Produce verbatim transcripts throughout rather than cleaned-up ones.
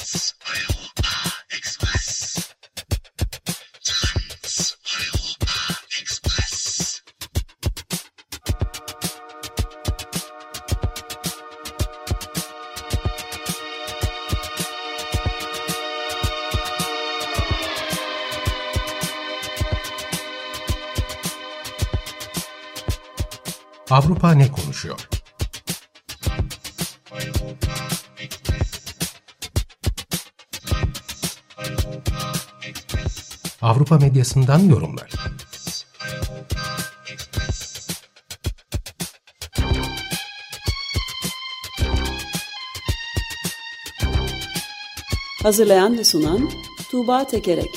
Avrupa ne konuşuyor? Avrupa medyasından yorumlar. Hazırlayan ve sunan Tuğba Tekerek.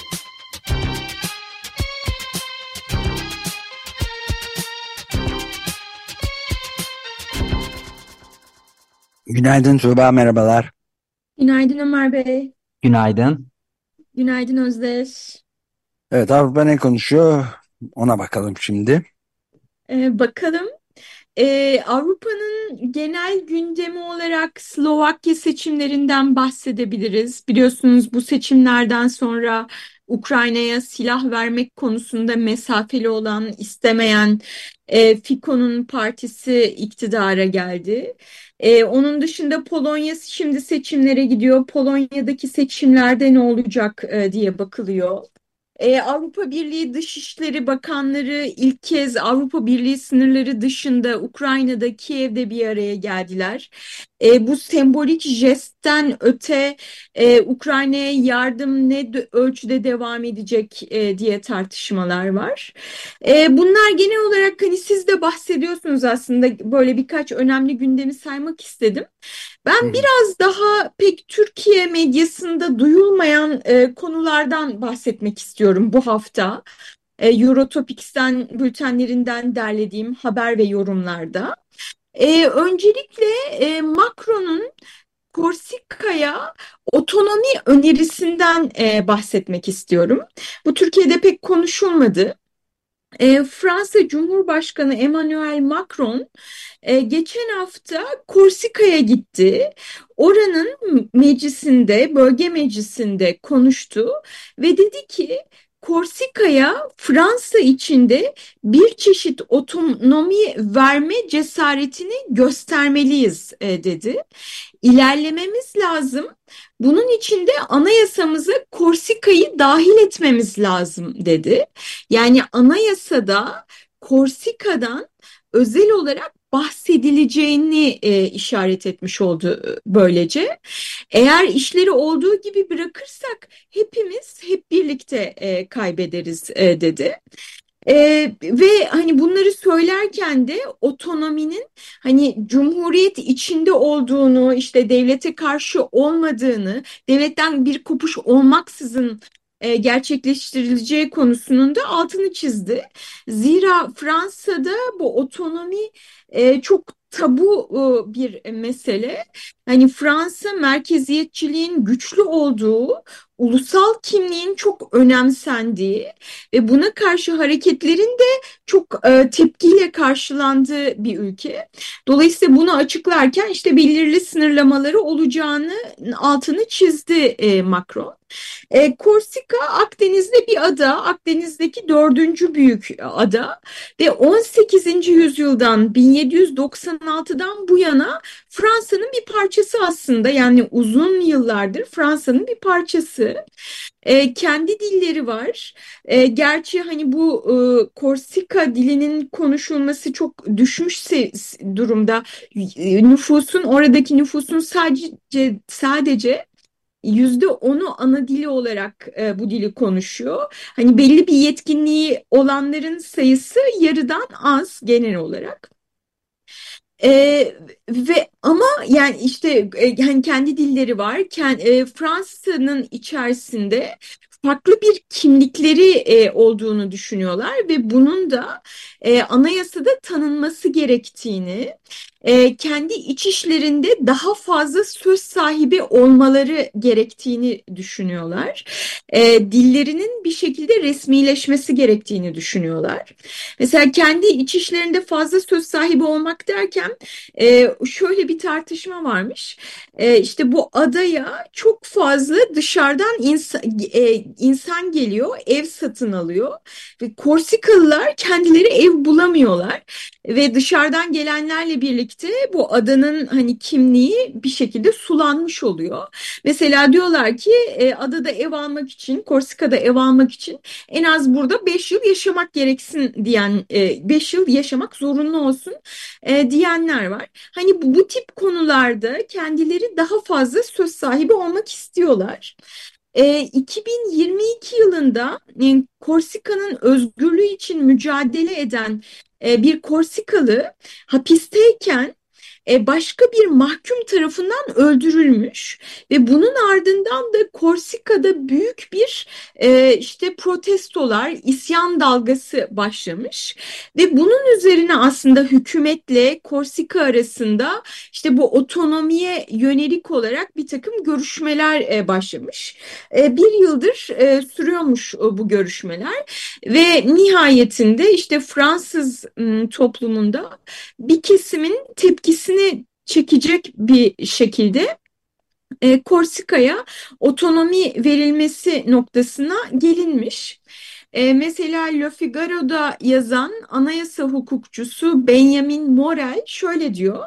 Günaydın Tuğba, merhabalar. Günaydın Ömer Bey. Günaydın. Günaydın Özdeş. Evet, Avrupa ne konuşuyor? Ona bakalım şimdi. Ee, bakalım. Ee, Avrupa'nın genel gündemi olarak Slovakya seçimlerinden bahsedebiliriz. Biliyorsunuz bu seçimlerden sonra Ukrayna'ya silah vermek konusunda mesafeli olan, istemeyen e, Fico'nun partisi iktidara geldi. E, onun dışında Polonya şimdi seçimlere gidiyor. Polonya'daki seçimlerde ne olacak e, diye bakılıyor. Ee, Avrupa Birliği Dışişleri Bakanları ilk kez Avrupa Birliği sınırları dışında Ukrayna'da, Kiev'de bir araya geldiler. Ee, bu sembolik jestten öte e, Ukrayna'ya yardım ne de- ölçüde devam edecek e, diye tartışmalar var. E, bunlar genel olarak hani siz de bahsediyorsunuz aslında böyle birkaç önemli gündemi saymak istedim. Hı Ben hı. biraz daha pek Türkiye medyasında duyulmayan e, konulardan bahsetmek istiyorum bu hafta. E, Eurotopics'ten bültenlerinden derlediğim haber ve yorumlarda. E, öncelikle e, Macron'un Korsika'ya otonomi önerisinden e, bahsetmek istiyorum. Bu Türkiye'de pek konuşulmadı. E, Fransa Cumhurbaşkanı Emmanuel Macron e, geçen hafta Korsika'ya gitti. Oranın meclisinde, bölge meclisinde konuştu ve dedi ki Korsika'ya Fransa içinde bir çeşit otonomi verme cesaretini göstermeliyiz e, dedi. İlerlememiz lazım. Bunun için de anayasamıza Korsika'yı dahil etmemiz lazım dedi. Yani anayasada Korsika'dan özel olarak bahsedileceğini e, işaret etmiş oldu e, böylece. Eğer işleri olduğu gibi bırakırsak hepimiz hep birlikte e, kaybederiz e, dedi. Ee, ve hani bunları söylerken de otonominin hani cumhuriyet içinde olduğunu, işte devlete karşı olmadığını, devletten bir kopuş olmaksızın e, gerçekleştirileceği konusunun da altını çizdi. Zira Fransa'da bu otonomi e, çok tabu e, bir mesele. Hani Fransa merkeziyetçiliğin güçlü olduğu, ulusal kimliğin çok önemsendiği ve buna karşı hareketlerin de çok e, tepkiyle karşılandığı bir ülke. Dolayısıyla bunu açıklarken işte belirli sınırlamaları olacağını altını çizdi e, Macron. E, Korsika Akdeniz'de bir ada, Akdeniz'deki dördüncü büyük ada ve on sekizinci yüzyıldan bin yedi yüz doksan altıdan bu yana Fransa'nın bir parçası aslında, yani uzun yıllardır Fransa'nın bir parçası. E, kendi dilleri var. E, gerçi hani bu e, Korsika dilinin konuşulması çok düşmüş se- durumda. E, nüfusun oradaki nüfusun sadece sadece yüzde onu ana dili olarak e, bu dili konuşuyor. Hani belli bir yetkinliği olanların sayısı yarıdan az genel olarak. Ee, ve ama yani işte e, yani kendi dilleri var. Ken- e, Fransa'nın içerisinde farklı bir kimlikleri e, olduğunu düşünüyorlar ve bunun da e, anayasada tanınması gerektiğini, e, kendi iç işlerinde daha fazla söz sahibi olmaları gerektiğini düşünüyorlar. E, dillerinin bir şekilde resmileşmesi gerektiğini düşünüyorlar. Mesela kendi iç işlerinde fazla söz sahibi olmak derken e, şöyle bir tartışma varmış. E, işte bu adaya çok fazla dışarıdan insan, e, insan geliyor, ev satın alıyor ve Korsikalılar kendileri ev bulamıyorlar ve dışarıdan gelenlerle birlikte bu adanın hani kimliği bir şekilde sulanmış oluyor. Mesela diyorlar ki e, adada ev almak için, Korsika'da ev almak için en az burada beş yıl yaşamak gereksin diyen, beş yıl yaşamak zorunlu olsun e, diyenler var. Hani bu, bu tip konularda kendileri daha fazla söz sahibi olmak istiyorlar. E, iki bin yirmi iki yılında e, Korsika'nın özgürlüğü için mücadele eden e, bir Korsikalı hapisteyken e, başka bir mahkum tarafından öldürülmüş ve bunun ardından da Korsika'da büyük bir e, işte protestolar, isyan dalgası başlamış ve bunun üzerine aslında hükümetle Korsika arasında işte bu otonomiye yönelik olarak bir takım görüşmeler e, başlamış. E, bir yıldır e, sürüyormuş o, bu görüşmeler ve nihayetinde işte Fransız m, toplumunda bir kesimin tepkisini çekecek bir şekilde e, Korsika'ya otonomi verilmesi noktasına gelinmiş. E, mesela Le Figaro'da yazan anayasa hukukçusu Benjamin Morel şöyle diyor.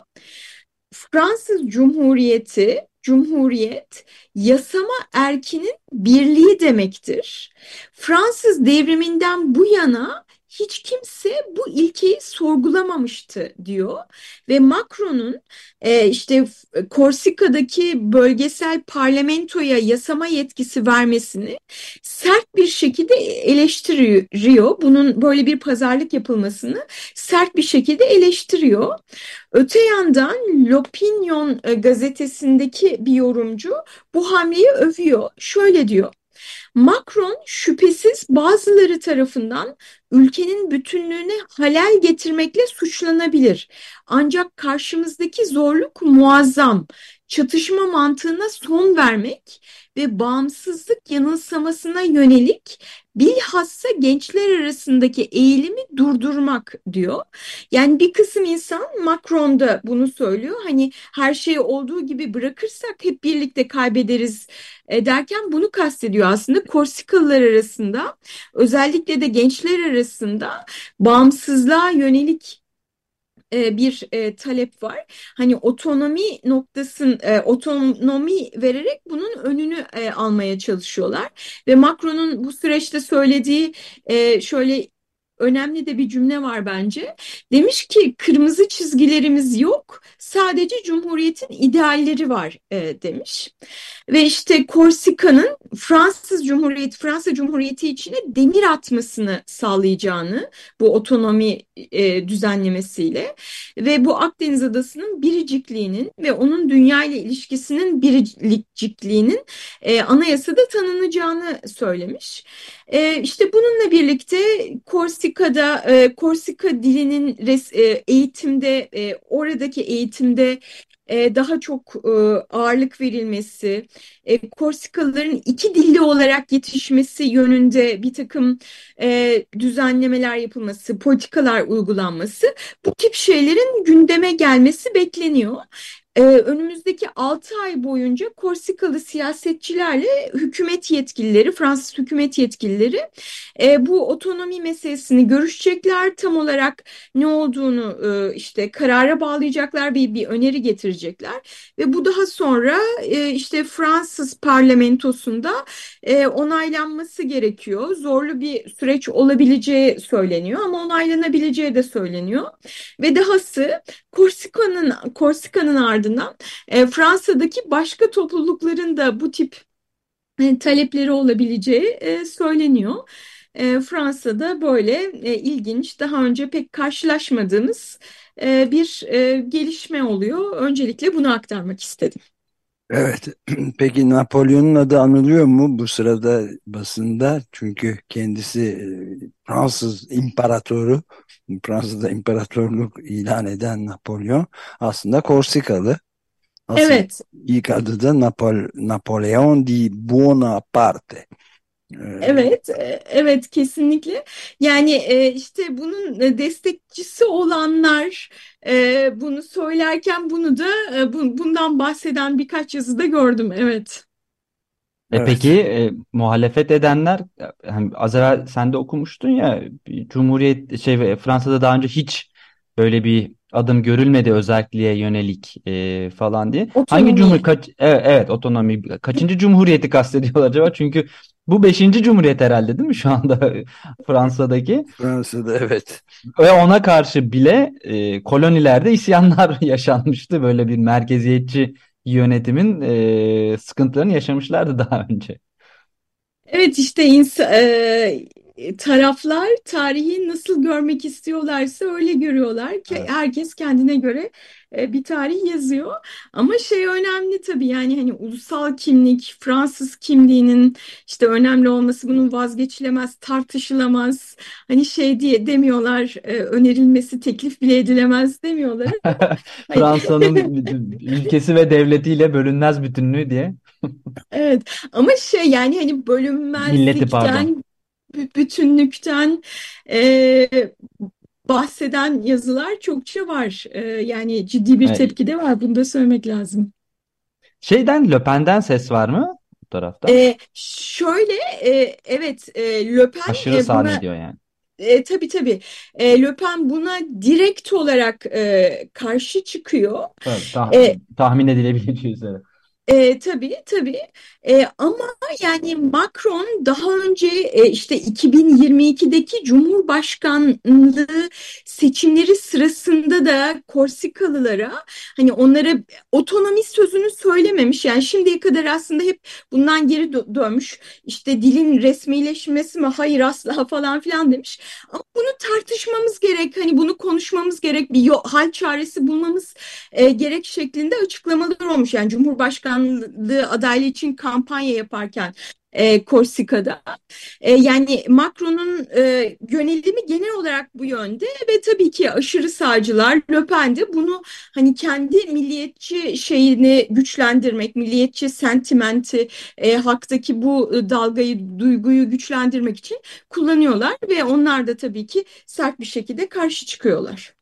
Fransız Cumhuriyeti, Cumhuriyet yasama erkinin birliği demektir. Fransız devriminden bu yana hiç kimse bu ilkeyi sorgulamamıştı diyor ve Macron'un e, işte Korsika'daki bölgesel parlamentoya yasama yetkisi vermesini sert bir şekilde eleştiriyor. Bunun böyle bir pazarlık yapılmasını sert bir şekilde eleştiriyor. Öte yandan L'Opinion e, gazetesindeki bir yorumcu bu hamleyi övüyor. Şöyle diyor. Macron şüphesiz bazıları tarafından ülkenin bütünlüğüne halel getirmekle suçlanabilir. Ancak karşımızdaki zorluk muazzam. Çatışma mantığına son vermek ve bağımsızlık yanılsamasına yönelik bilhassa gençler arasındaki eğilimi durdurmak diyor. Yani bir kısım insan Macron da bunu söylüyor. Hani her şeyi olduğu gibi bırakırsak hep birlikte kaybederiz e, derken bunu kastediyor aslında. Korsikalılar arasında özellikle de gençler arasında bağımsızlığa yönelik e, bir e, talep var. Hani otonomi noktasın e, otonomi vererek bunun önünü e, almaya çalışıyorlar ve Macron'un bu süreçte söylediği e, şöyle önemli de bir cümle var bence. Demiş ki kırmızı çizgilerimiz yok, sadece Cumhuriyet'in idealleri var e, demiş. Ve işte Korsika'nın Fransız Cumhuriyeti, Fransa Cumhuriyeti içine demir atmasını sağlayacağını bu otonomi e, düzenlemesiyle ve bu Akdeniz adasının biricikliğinin ve onun dünya ile ilişkisinin biricikliğinin e, anayasada tanınacağını söylemiş. E, işte bununla birlikte Korsika'da e, Korsika dilinin res, e, eğitimde e, oradaki eğitimde e, daha çok e, ağırlık verilmesi, e, Korsikalıların iki dilli olarak yetişmesi yönünde bir takım e, düzenlemeler yapılması, politikalar uygulanması, bu tip şeylerin gündeme gelmesi bekleniyor. Ee, önümüzdeki altı ay boyunca Korsikalı siyasetçilerle hükümet yetkilileri, Fransız hükümet yetkilileri e, bu otonomi meselesini görüşecekler. Tam olarak ne olduğunu e, işte karara bağlayacaklar, bir, bir öneri getirecekler ve bu daha sonra e, işte Fransız parlamentosunda e, onaylanması gerekiyor. Zorlu bir süreç olabileceği söyleniyor ama onaylanabileceği de söyleniyor ve dahası Korsika'nın Korsika'nın ardından e, Fransa'daki başka toplulukların da bu tip e, talepleri olabileceği e, söyleniyor. E, Fransa'da böyle e, ilginç, daha önce pek karşılaşmadığımız e, bir e, gelişme oluyor. Öncelikle bunu aktarmak istedim. Evet. Peki Napolyon'un adı anılıyor mu bu sırada basında? Çünkü kendisi e, Fransız imparatoru, Fransa'da imparatorluk ilan eden Napolyon aslında Korsikalı. Asıl Evet. ilk adı da Napol Napoleon di Bonaparte. Ee, Evet, e, evet kesinlikle. Yani e, işte bunun e, destekçisi olanlar e, bunu söylerken bunu da e, bu- bundan bahseden birkaç yazıda gördüm. Evet. E peki evet. e, muhalefet edenler hani az evvel sen de okumuştun ya bir Cumhuriyet şey Fransa'da daha önce hiç böyle bir adım görülmedi özelliğe yönelik e, falan diye. Hangi cumhur Otonomiye. kaç evet, evet otonomi kaçıncı cumhuriyeti kastediyorlar acaba? Çünkü bu beşinci cumhuriyet herhalde değil mi şu anda Fransa'daki? Fransa'da evet. Ve ona karşı bile e, kolonilerde isyanlar yaşanmıştı. Böyle bir merkeziyetçi yönetimin e, sıkıntılarını yaşamışlardı daha önce. Evet işte ins e, taraflar tarihi nasıl görmek istiyorlarsa öyle görüyorlar ki Evet. herkes kendine göre e, bir tarih yazıyor. Ama şey önemli tabii yani hani ulusal kimlik, Fransız kimliğinin işte önemli olması bunun vazgeçilemez, tartışılamaz. Hani şey diye demiyorlar, e, önerilmesi teklif bile edilemez demiyorlar ama hani Fransa'nın ülkesi ve devletiyle bölünmez bütünlüğü diye. evet ama şey yani hani Milleti pardon. bölünmezlikten, bü- bütünlükten e, bahseden yazılar çokça var. E, yani ciddi bir E, tepki de var. Bunu da söylemek lazım. şeyden Le Pen'den ses var mı bu taraftan? E, şöyle e, evet e, Le Pen Aşırı e, sağ buna ne diyor yani? e, tabii tabii e, Le Pen buna direkt olarak e, karşı çıkıyor. Tabii, tah- E, tahmin edilebileceği üzere. E, tabii tabii. E, ama yani Macron daha önce e, işte iki bin yirmi ikideki Cumhurbaşkanlığı seçimleri sırasında da Korsikalılara hani onlara otonomi sözünü söylememiş. Yani şimdiye kadar aslında hep bundan geri dö- dönmüş. İşte dilin resmileşmesi mi? Hayır asla falan filan demiş. Ama bunu tartışmamız gerek. Hani bunu konuşmamız gerek. Bir yo- hal çaresi bulmamız e, gerek şeklinde açıklamalar olmuş. Yani Cumhurbaşkanlığı adaylığı için kampanya yaparken e, Korsika'da. E, yani Macron'un e, yönelimi genel olarak bu yönde ve tabii ki aşırı sağcılar Le Pen de bunu hani kendi milliyetçi şeyini güçlendirmek, milliyetçi sentimenti, e, halktaki bu e, dalgayı, duyguyu güçlendirmek için kullanıyorlar ve onlar da tabii ki sert bir şekilde karşı çıkıyorlar.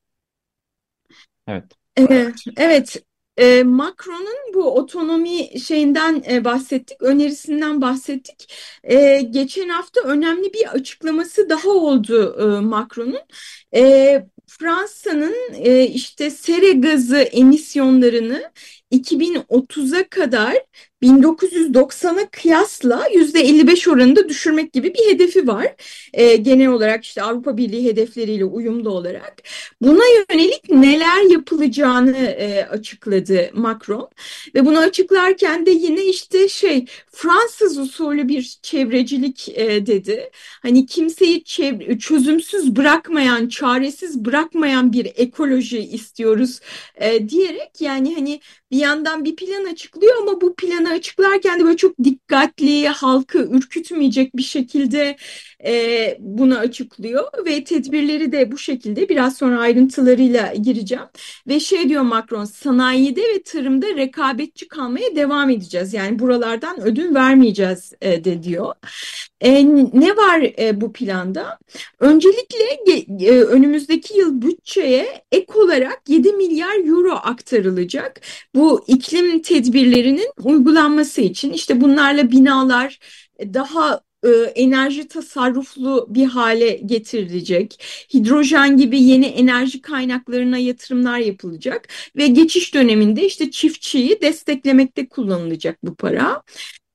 Evet. Ee, Evet, e, Macron'un bu otonomi şeyinden e, bahsettik, önerisinden bahsettik. E, geçen hafta önemli bir açıklaması daha oldu e, Macron'un. E, Fransa'nın e, işte sera gazı emisyonlarını iki bin otuza kadar bin dokuz yüz doksana kıyasla yüzde elli beş oranında düşürmek gibi bir hedefi var. E, genel olarak işte Avrupa Birliği hedefleriyle uyumlu olarak. Buna yönelik neler yapılacağını e, açıkladı Macron ve bunu açıklarken de yine işte şey Fransız usulü bir çevrecilik e, dedi. Hani kimseyi çev- çözümsüz bırakmayan, çaresiz bırakmayan bir ekoloji istiyoruz e, diyerek yani hani bir yandan bir plan açıklıyor ama bu planı açıklarken de böyle çok dikkatli, halkı ürkütmeyecek bir şekilde e, bunu açıklıyor ve tedbirleri de bu şekilde biraz sonra ayrıntılarıyla gireceğim. Ve şey diyor Macron sanayide ve tarımda rekabetçi kalmaya devam edeceğiz. Yani buralardan ödün vermeyeceğiz e, de diyor. E, ne var e, bu planda? Öncelikle ge- e, önümüzdeki yıl bütçeye ek olarak yedi milyar euro aktarılacak. Bu iklim tedbirlerinin uygulanması için işte bunlarla binalar e, daha e, enerji tasarruflu bir hale getirilecek. Hidrojen gibi yeni enerji kaynaklarına yatırımlar yapılacak ve geçiş döneminde işte çiftçiyi desteklemekte kullanılacak bu para.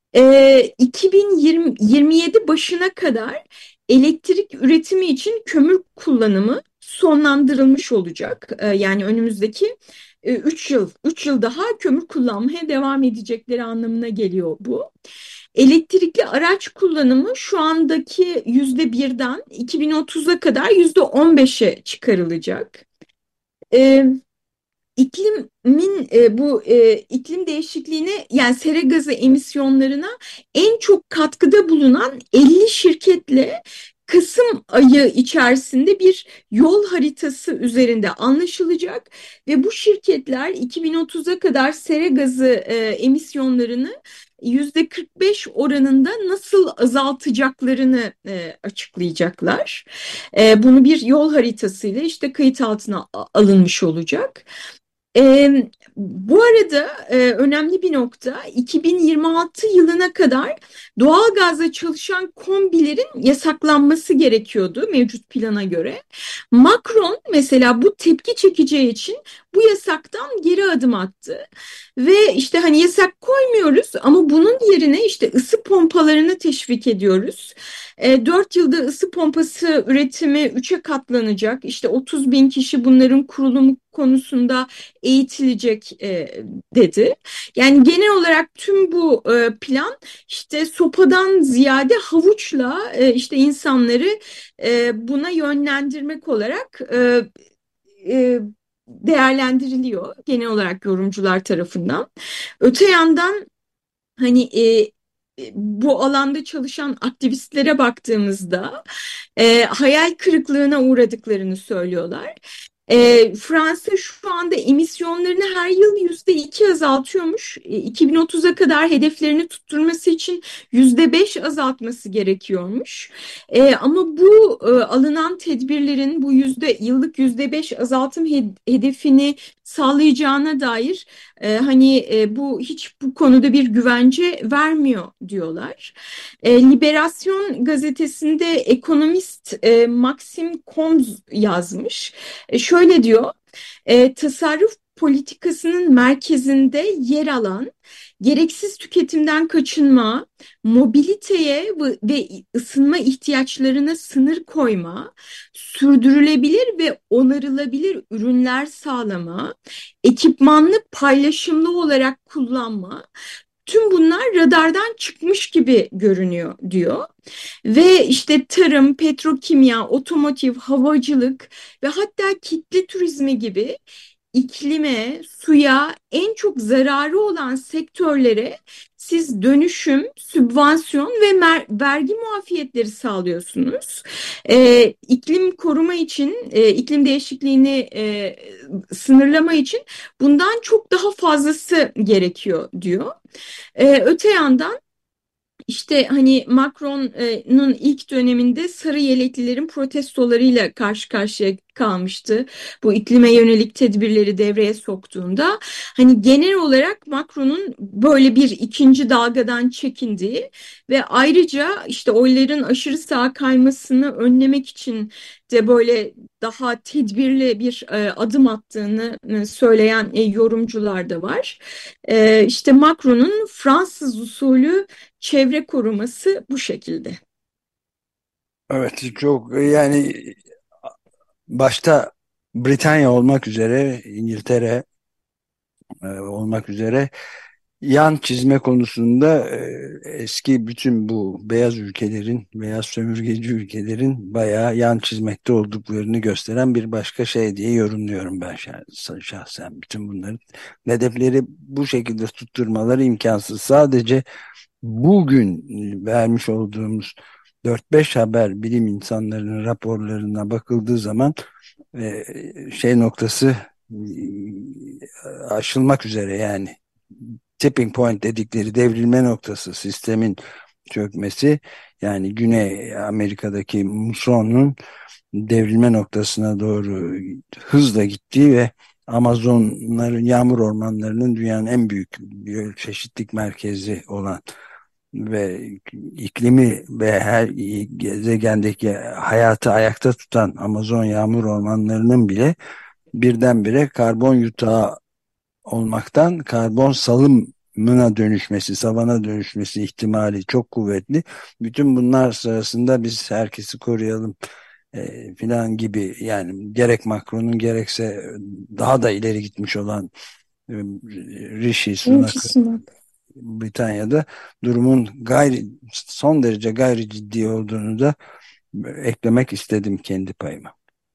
E, iki bin yirmi yedi başına kadar elektrik üretimi için kömür kullanımı sonlandırılmış olacak. E, yani önümüzdeki üç yıl, üç yıl daha kömür kullanmaya devam edecekleri anlamına geliyor bu. Elektrikli araç kullanımı şu andaki yüzde birden iki bin otuza kadar yüzde on beşe çıkarılacak. Ee, iklimin e, bu e, iklim değişikliğine yani sera gazı emisyonlarına en çok katkıda bulunan elli şirketle Kasım ayı içerisinde bir yol haritası üzerinde anlaşılacak ve bu şirketler iki bin otuza kadar sera gazı e, emisyonlarını yüzde kırk beş oranında nasıl azaltacaklarını e, açıklayacaklar. E, bunu bir yol haritasıyla işte kayıt altına alınmış olacak. Ee, Bu arada e, önemli bir nokta iki bin yirmi altı yılına kadar doğalgazla çalışan kombilerin yasaklanması gerekiyordu mevcut plana göre. Macron mesela bu tepki çekeceği için bu yasaktan geri adım attı. Ve işte hani yasak koymuyoruz ama bunun yerine işte ısı pompalarını teşvik ediyoruz. E, dört yılda ısı pompası üretimi üçe katlanacak. İşte otuz bin kişi bunların kurulumu konusunda eğitilecek e, dedi. Yani genel olarak tüm bu e, plan işte sopadan ziyade havuçla e, işte insanları e, buna yönlendirmek olarak e, e, değerlendiriliyor genel olarak yorumcular tarafından. Öte yandan hani e, e, bu alanda çalışan aktivistlere baktığımızda e, hayal kırıklığına uğradıklarını söylüyorlar. E, Fransa şu anda emisyonlarını her yıl yüzde iki azaltıyormuş. E, iki bin otuza kadar hedeflerini tutturması için yüzde beş azaltması gerekiyormuş. E, ama bu e, alınan tedbirlerin bu yüzde yıllık yüzde beş azaltım hed- hedefini sağlayacağına dair e, hani e, bu hiç bu konuda bir güvence vermiyor diyorlar. E, Liberasyon gazetesinde ekonomist e, Maxim Combes yazmış. E, şöyle diyor, e, tasarruf politikasının merkezinde yer alan gereksiz tüketimden kaçınma, mobiliteye ve, ve ısınma ihtiyaçlarına sınır koyma, sürdürülebilir ve onarılabilir ürünler sağlama, ekipmanlı paylaşımlı olarak kullanma, tüm bunlar radardan çıkmış gibi görünüyor diyor. Ve işte tarım, petrokimya, otomotiv, havacılık ve hatta kitle turizmi gibi iklime, suya en çok zararı olan sektörlere siz dönüşüm, sübvansiyon ve vergi muafiyetleri sağlıyorsunuz. Ee, iklim koruma için, e, iklim değişikliğini e, sınırlama için bundan çok daha fazlası gerekiyor diyor. Ee, öte yandan işte hani Macron'un ilk döneminde sarı yeleklilerin protestolarıyla karşı karşıya kalmıştı. Bu iklime yönelik tedbirleri devreye soktuğunda hani genel olarak Macron'un böyle bir ikinci dalgadan çekindiği ve ayrıca işte oyların aşırı sağa kaymasını önlemek için de böyle daha tedbirli bir e, adım attığını e, söyleyen e, yorumcular da var. E, işte Macron'un Fransız usulü çevre koruması bu şekilde. Evet, çok yani başta Britanya olmak üzere, İngiltere e, olmak üzere yan çizme konusunda e, eski bütün bu beyaz ülkelerin, beyaz sömürgeci ülkelerin bayağı yan çizmekte olduklarını gösteren bir başka şey diye yorumluyorum ben şah- şahsen. Bütün bunların hedefleri bu şekilde tutturmaları imkansız. Sadece bugün vermiş olduğumuz dört beş haber bilim insanlarının raporlarına bakıldığı zaman e, şey noktası e, aşılmak üzere, yani tipping point dedikleri devrilme noktası, sistemin çökmesi, yani Güney Amerika'daki musonun devrilme noktasına doğru hızla gittiği ve Amazonların, yağmur ormanlarının dünyanın en büyük biyoçeşitlik merkezi olan ve iklimi ve her gezegendeki hayatı ayakta tutan Amazon yağmur ormanlarının bile birdenbire karbon yutağı olmaktan karbon salımına dönüşmesi, savana dönüşmesi ihtimali çok kuvvetli. Bütün bunlar sırasında biz herkesi koruyalım e, filan gibi, yani gerek Macron'un gerekse daha da ileri gitmiş olan e, Rishi Sunak'ı Mucizeler. Britanya'da durumun gayri son derece gayri ciddi olduğunu da eklemek istedim kendi payıma.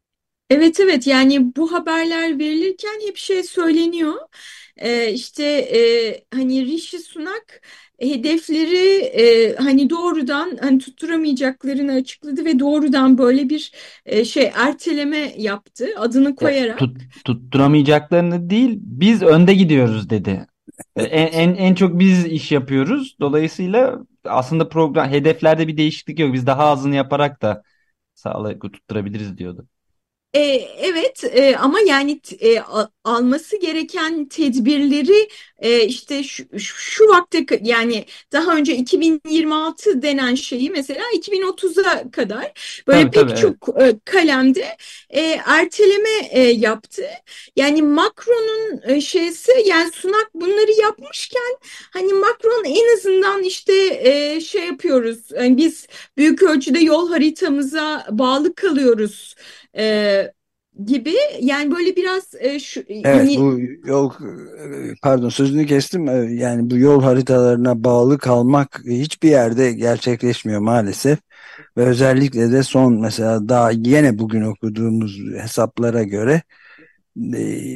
Evet, evet, yani bu haberler verilirken hep şey söyleniyor. Ee, işte e, hani Rishi Sunak hedefleri e, hani doğrudan hani tutturamayacaklarını açıkladı ve doğrudan böyle bir e, şey erteleme yaptı adını E, koyarak. tut, tutturamayacaklarını değil, biz önde gidiyoruz dedi. E, En, en, en çok biz iş yapıyoruz. Dolayısıyla aslında program hedeflerde bir değişiklik yok. Biz daha azını yaparak da sağlayıp tutturabiliriz diyordu. E, evet, e, ama yani t- e, a- alması gereken tedbirleri e, işte şu, şu şu vakte ka- yani daha önce iki bin yirmi altı denen şeyi mesela iki bin otuza kadar böyle Tabii tabii, pek evet. çok e, kalemde e, erteleme e, yaptı. Yani Macron'un e, şeysi yani Sunak bunları yapmışken hani Macron en azından işte e, şey yapıyoruz. Yani biz büyük ölçüde yol haritamıza bağlı kalıyoruz e, gibi yani böyle biraz e, şu Evet, hani bu yol, pardon sözünü kestim. E, yani bu yol haritalarına bağlı kalmak hiçbir yerde gerçekleşmiyor maalesef. Ve özellikle de son, mesela daha yine bugün okuduğumuz hesaplara göre e,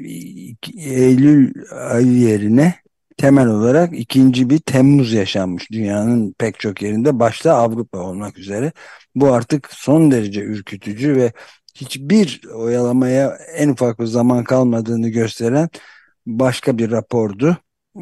Eylül ayı yerine temel olarak ikinci bir Temmuz yaşanmış dünyanın pek çok yerinde, başta Avrupa olmak üzere. Bu artık son derece ürkütücü ve hiçbir oyalamaya en ufak bir zaman kalmadığını gösteren başka bir rapordu.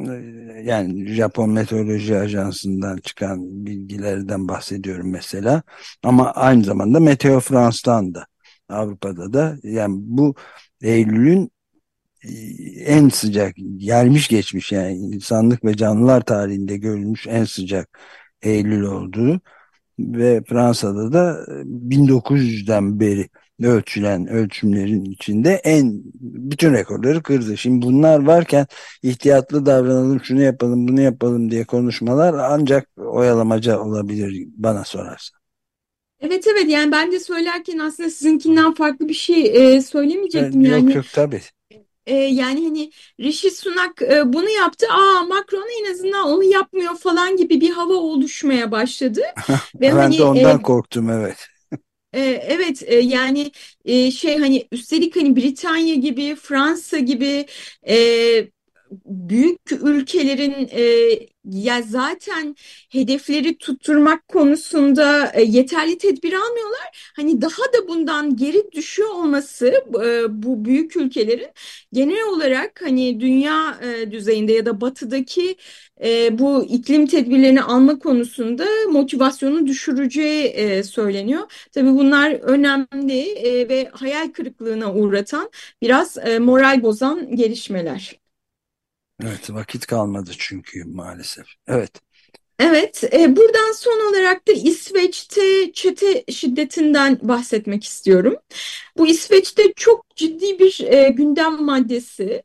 Yani Japon Meteoroloji Ajansı'ndan çıkan bilgilerden bahsediyorum mesela. Ama aynı zamanda Meteo France'dan da, Avrupa'da da, yani bu Eylül'ün e, en sıcak, gelmiş geçmiş, yani insanlık ve canlılar tarihinde görülmüş en sıcak Eylül olduğu ve Fransa'da da bin dokuz yüzden beri ölçülen ölçümlerin içinde en bütün rekorları kırdı. Şimdi bunlar varken ihtiyatlı davranalım, şunu yapalım, bunu yapalım diye konuşmalar ancak oyalamaca olabilir bana sorarsan. evet, evet, yani ben de söylerken aslında sizinkinden farklı bir şey e, Evet, söylemeyecektim yok yani. yok, tabii. E, yani hani Rishi Sunak e, bunu yaptı, aa Macron en azından onu yapmıyor falan gibi bir hava oluşmaya başladı ve Ben hani de ondan e, korktum, evet. e, evet, e, yani e, şey hani üstelik hani Britanya gibi Fransa gibi e, büyük ülkelerin e, ya zaten hedefleri tutturmak konusunda e, yeterli tedbir almıyorlar. Hani daha da bundan geri düşüyor olması e, bu büyük ülkelerin genel olarak hani dünya e, düzeyinde ya da batıdaki e, bu iklim tedbirlerini alma konusunda motivasyonu düşüreceği e, söyleniyor. Tabii bunlar önemli e, ve hayal kırıklığına uğratan biraz e, moral bozan gelişmeler. Evet, vakit kalmadı çünkü maalesef. Evet. Evet, e, buradan son olarak da İsveç'te çete şiddetinden bahsetmek istiyorum. Bu İsveç'te çok ciddi bir e, gündem maddesi.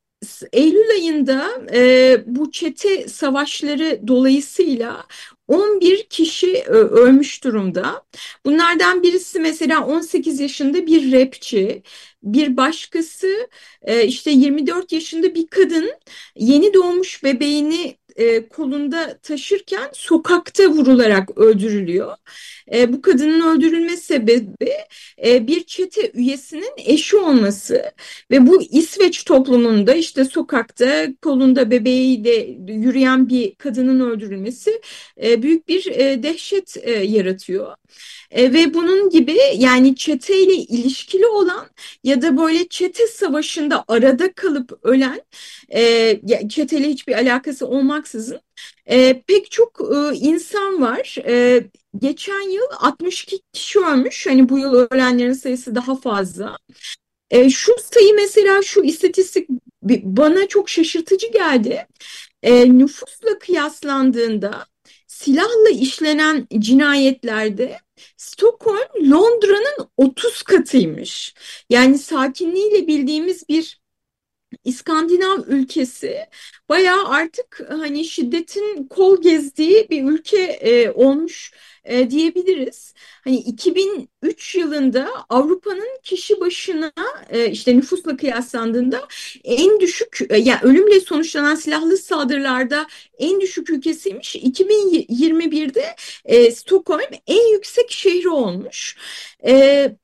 Eylül ayında e, bu çete savaşları dolayısıyla on bir kişi e, ölmüş durumda. Bunlardan birisi mesela on sekiz yaşında bir rapçi, bir başkası e, işte yirmi dört yaşında bir kadın yeni doğmuş bebeğini e, kolunda taşırken sokakta vurularak öldürülüyor. E, bu kadının öldürülme sebebi e, bir çete üyesinin eşi olması. Ve bu İsveç toplumunda işte sokakta kolunda bebeğiyle yürüyen bir kadının öldürülmesi e, büyük bir e, dehşet e, yaratıyor. E, ve bunun gibi yani çeteyle ilişkili olan ya da böyle çete savaşında arada kalıp ölen e, ya- çeteyle hiçbir alakası olmaksızın e, pek çok e, insan var. E, geçen yıl altmış iki kişi ölmüş. Hani bu yıl ölenlerin sayısı daha fazla. E, şu sayı mesela şu istatistik bana çok şaşırtıcı geldi. E, nüfusla kıyaslandığında silahla işlenen cinayetlerde Stockholm Londra'nın otuz katıymış. Yani sakinliğiyle bildiğimiz bir İskandinav ülkesi bayağı artık hani şiddetin kol gezdiği bir ülke e, olmuş e, diyebiliriz. Hani iki bin üç yılında Avrupa'nın kişi başına e, işte nüfusla kıyaslandığında en düşük e, yani ölümle sonuçlanan silahlı saldırılarda en düşük ülkesiymiş. iki bin yirmi birde e, Stockholm en yüksek şehri olmuş. E,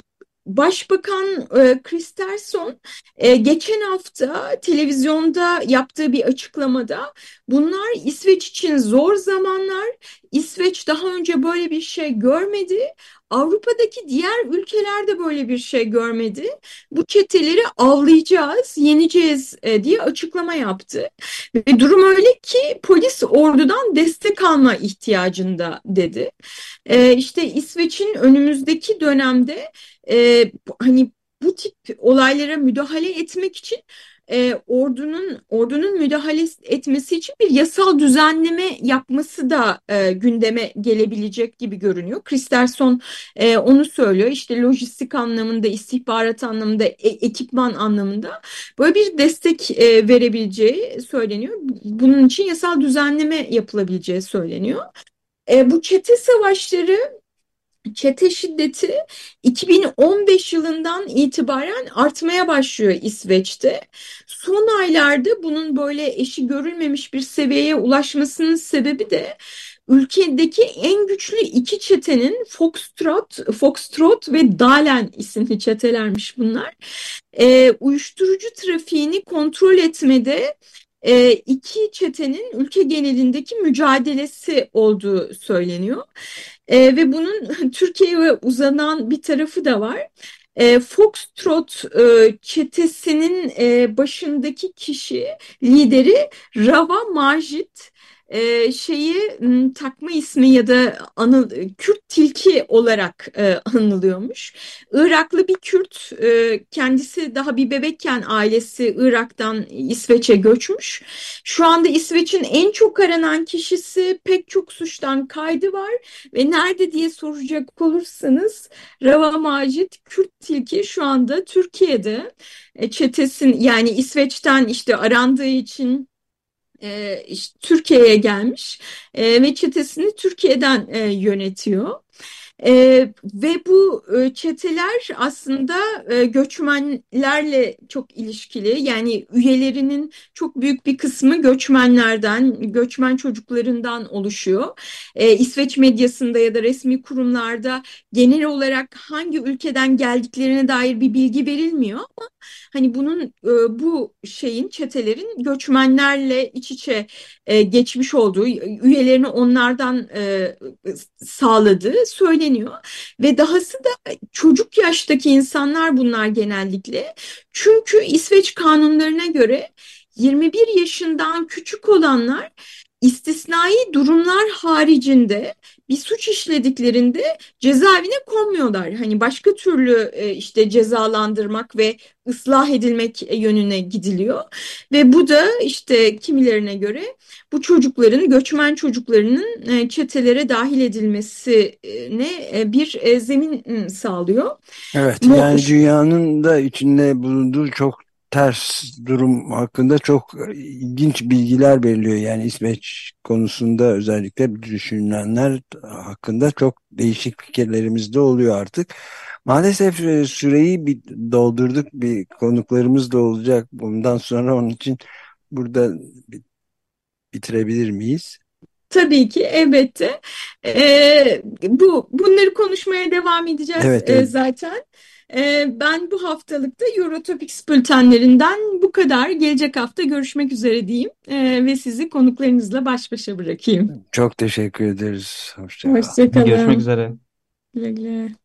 Başbakan e, Kristersson e, geçen hafta televizyonda yaptığı bir açıklamada bunlar İsveç için zor zamanlar. İsveç daha önce böyle bir şey görmedi. Avrupa'daki diğer ülkeler de böyle bir şey görmedi. Bu çeteleri avlayacağız, yeneceğiz e, diye açıklama yaptı. Ve durum öyle ki polis ordudan destek alma ihtiyacında dedi. E, işte İsveç'in önümüzdeki dönemde e, hani bu tip olaylara müdahale etmek için e, ordunun ordunun müdahale etmesi için bir yasal düzenleme yapması da e, gündeme gelebilecek gibi görünüyor. Kristersson e, onu söylüyor. İşte lojistik anlamında, istihbarat anlamında, e- ekipman anlamında böyle bir destek e, verebileceği söyleniyor. Bunun için yasal düzenleme yapılabileceği söyleniyor. E, bu çete savaşları, çete şiddeti iki bin on beş yılından itibaren artmaya başlıyor İsveç'te. Son aylarda bunun böyle eşi görülmemiş bir seviyeye ulaşmasının sebebi de ülkedeki en güçlü iki çetenin Foxtrot, Foxtrot ve Dalen isimli çetelermiş bunlar. E, uyuşturucu trafiğini kontrol etmede e, iki çetenin ülke genelindeki mücadelesi olduğu söyleniyor. E, ve bunun Türkiye'ye uzanan bir tarafı da var. E, Foxtrot e, çetesinin e, başındaki kişi, lideri Rava Majid, e, şeyi m, takma ismi ya da anıl, Kürt tilki olarak e, anılıyormuş. Iraklı bir Kürt, e, kendisi daha bir bebekken ailesi Irak'tan İsveç'e göçmüş. Şu anda İsveç'in en çok aranan kişisi, pek çok suçtan kaydı var ve nerede diye soracak olursanız Rava Macit Kürt tilki şu anda Türkiye'de. E, çetesin yani İsveç'ten işte arandığı için e, işte Türkiye'ye gelmiş e, ve çetesini Türkiye'den e, yönetiyor. Ee, ve bu e, çeteler aslında e, göçmenlerle çok ilişkili. Yani üyelerinin çok büyük bir kısmı göçmenlerden, göçmen çocuklarından oluşuyor. Ee, İsveç medyasında ya da resmi kurumlarda genel olarak hangi ülkeden geldiklerine dair bir bilgi verilmiyor. Ama hani bunun e, bu şeyin çetelerin göçmenlerle iç içe e, geçmiş olduğu, üyelerini onlardan e, sağladığı söyleniyor. Ve dahası da çocuk yaştaki insanlar bunlar genellikle. Çünkü İsveç kanunlarına göre yirmi bir yaşından küçük olanlar istisnai durumlar haricinde bir suç işlediklerinde cezaevine konmuyorlar. Hani başka türlü e, işte cezalandırmak ve ıslah edilmek yönüne gidiliyor. Ve bu da işte kimilerine göre bu çocukların, göçmen çocuklarının e, çetelere dahil edilmesine e, bir e, zemin m, sağlıyor. Evet, Mo yani dünyanın da içinde bulunduğu çok ters durum hakkında çok ilginç bilgiler veriliyor. Yani İsveç konusunda özellikle düşünülenler hakkında çok değişik fikirlerimiz de oluyor artık. Maalesef e, süreyi bir doldurduk, bir konuklarımız da olacak. Bundan sonra onun için burada bitirebilir miyiz? Tabii ki elbette. Ee, bu bunları konuşmaya devam edeceğiz Evet, e, evet. zaten. Ee, ben bu haftalıkta Eurotopics bültenlerinden bu kadar. Gelecek hafta görüşmek üzere diyeyim. Ee, ve sizi konuklarınızla baş başa bırakayım. Çok teşekkür ederiz. Hoşça kal. Görüşmek Hoşçakalın. üzere. Güle güle.